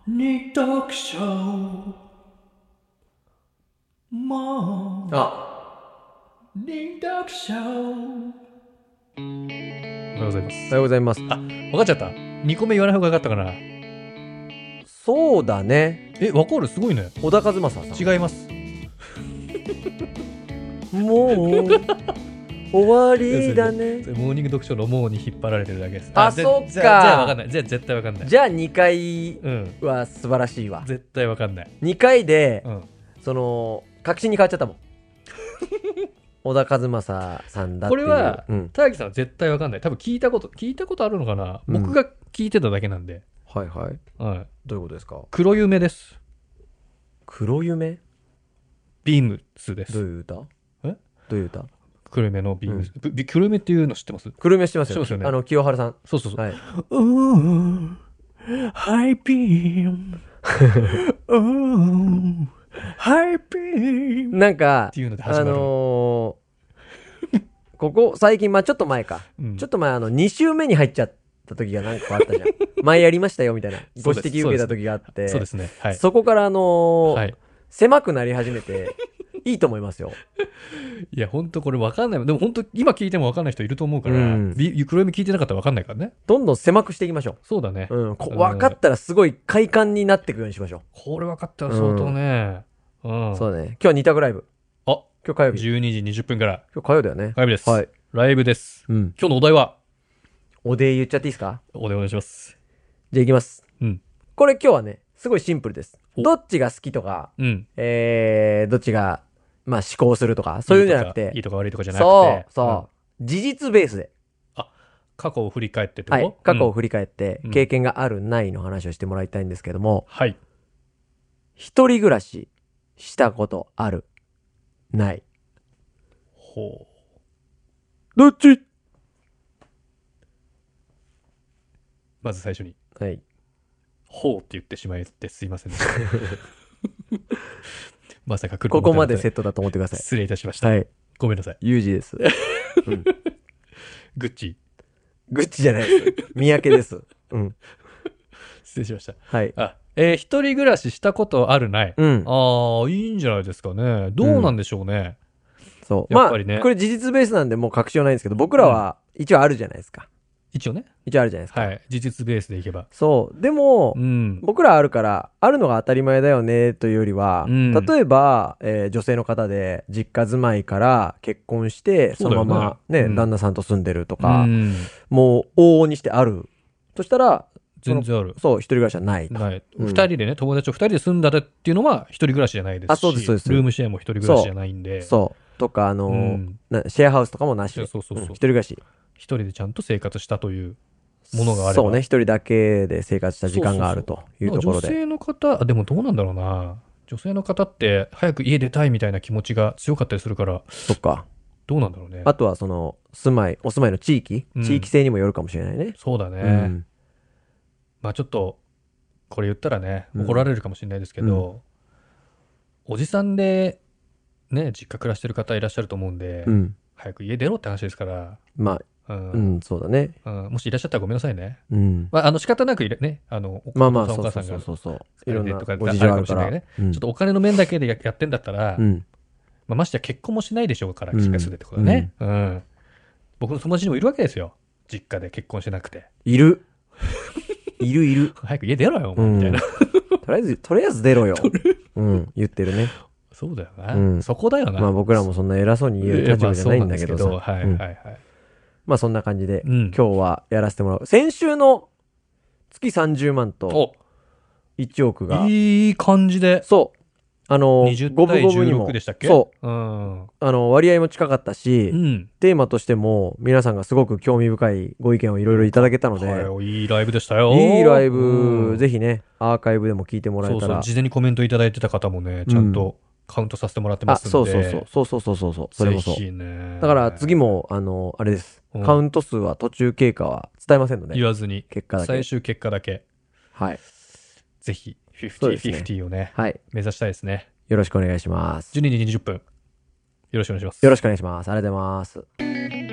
に読書もに読書。おはようございます。 おはようございます。 あ、分かっちゃった。2個目言わない方が分かったかな。 そうだね。 分かる？すごいね。 小田和正さん。 違います。 もう終わりだね。 モーニング読書のモーに引っ張られてるだけです。 そっか。 じゃあ分かんない。絶対分かんない。 じゃあ2回は素晴らしいわ。 絶対分かんない。 2回で、その確信に変わっちゃったもん。小田和正さんだっていう。 これは、田木さんは絶対分かんない。多分聞いたことあるのかな、僕が聞いてただけなんで。 はいはい。どういうことですか？ 黒夢です。 黒夢？ ビームスです。 どういう歌？どういう歌？ 黒夢のビームス。黒夢っていうの知ってます？ 黒夢知ってますよ。 そうですよね。 清原さん。 そうそうそう。 はい。 ハイビーム。ハイビーム。 なんか、 っていうので始まる。 ここ最近、ちょっと前か。ちょっと前、2週目に入っちゃった時が何個かあったじゃん。前やりましたよ、みたいな。ご指摘受けた時があって。 そうですね。はい。 そこから狭くなり始めて、いいと思いますよ。 いや、ほんとこれ分かんない。でもほんと、今聞いても分かんない人いると思うから、黒夢聞いてなかったら分かんないからね。 どんどん狭くしていきましょう。 そうだね。 分かったらすごい快感になっていくようにしましょう。 これ分かったら相当ね。 そうだね。今日は2択ライブ。今日火曜日。 12時20分から。 今日火曜だよね。 火曜日です。 はい。 ライブです。今日のお題は？ お題言っちゃっていいですか？ お題お願いします。 じゃあいきます。これ今日はね、すごいシンプルです。どっちが好きとか、どっちが、思考するとか、そういうんじゃなくて。 いいとか悪いとかじゃなくて。 そう。事実ベースで。 過去を振り返ってってこと？ はい。過去を振り返って、経験があるないの話をしてもらいたいんですけども。 はい。 一人暮らししたことあるない。 ほう。 どっち？ まず最初に。 はい。 ほうって言ってしまえてすいませんでした。まさか来るここまでセットだと思ってください。 失礼いたしました。 はい。 ごめんなさい。 ユージです。 グッチ。 グッチじゃないです。三宅です。 失礼しました。 はい。 一人暮らししたことあるない。いいんじゃないですかね。どうなんでしょうね。 そう。 やっぱりね。 これ事実ベースなんでもう確証ないんですけど、僕らは一応あるじゃないですか。 一応ね。 一応あるじゃないですか。 はい。事実ベースでいけば。 そう。でも、僕らあるから、あるのが当たり前だよね、というよりは、例えば、女性の方で、実家住まいから結婚して、そのままね、旦那さんと住んでるとか、もう往々にしてある。としたら、 全然ある。 そう、一人暮らしはない。 ない。二人でね、友達と二人で住んだっていうのは、一人暮らしじゃないですし。 そうです、そうです。 ルームシェアも一人暮らしじゃないんで。 そう。とか、シェアハウスとかもなしで。 そう。 一人暮らし。 一人でちゃんと生活したというものがあれば。 そうね、一人だけで生活した時間があるというところで。 女性の方、でもどうなんだろうな。女性の方って早く家出たいみたいな気持ちが強かったりするから。 そっか。 どうなんだろうね。 あとはお住まいの地域性にもよるかもしれないね。 そうだね。ちょっと、これ言ったらね、怒られるかもしれないですけど、おじさんで、ね、実家暮らしてる方いらっしゃると思うんで、早く家出ろって話ですから。 そうだね。 もしいらっしゃったらごめんなさいね。仕方なくね、お母さんが、 いろんなとかご事情あるからね。ちょっとお金の面だけでやってんだったら、ましてや結婚もしないでしょうから、実家住んでってことね。僕の友達にもいるわけですよ。実家で結婚してなくて。 いる。 早く家出ろよ、みたいな。 とりあえず出ろよ。言ってるね。 そうだよな。そこだよな。 僕らもそんな偉そうに言える立場じゃないんだけどさ。 はい。 そんな感じで、今日はやらせてもらう。先週の月30万と1億が。 いい感じで。 そう。 20対16でしたっけ？ そう。割合も近かったし、テーマとしても皆さんがすごく興味深いご意見をいろいろいただけたので、 いいライブでしたよ。 いいライブ、ぜひね、アーカイブでも聞いてもらえたら。 事前にコメントいただいてた方もね、ちゃんとカウントさせてもらってますんで。 そう。それもそう。 ぜひね。 だから次も、あれです。カウント数は途中経過は伝えませんので。 言わずに。 結果だけ。 最終結果だけ。 はい。 ぜひ、50-50をね、目指したいですね。 よろしくお願いします。 12時20分。よろしくお願いします。 よろしくお願いします。ありがとうございます。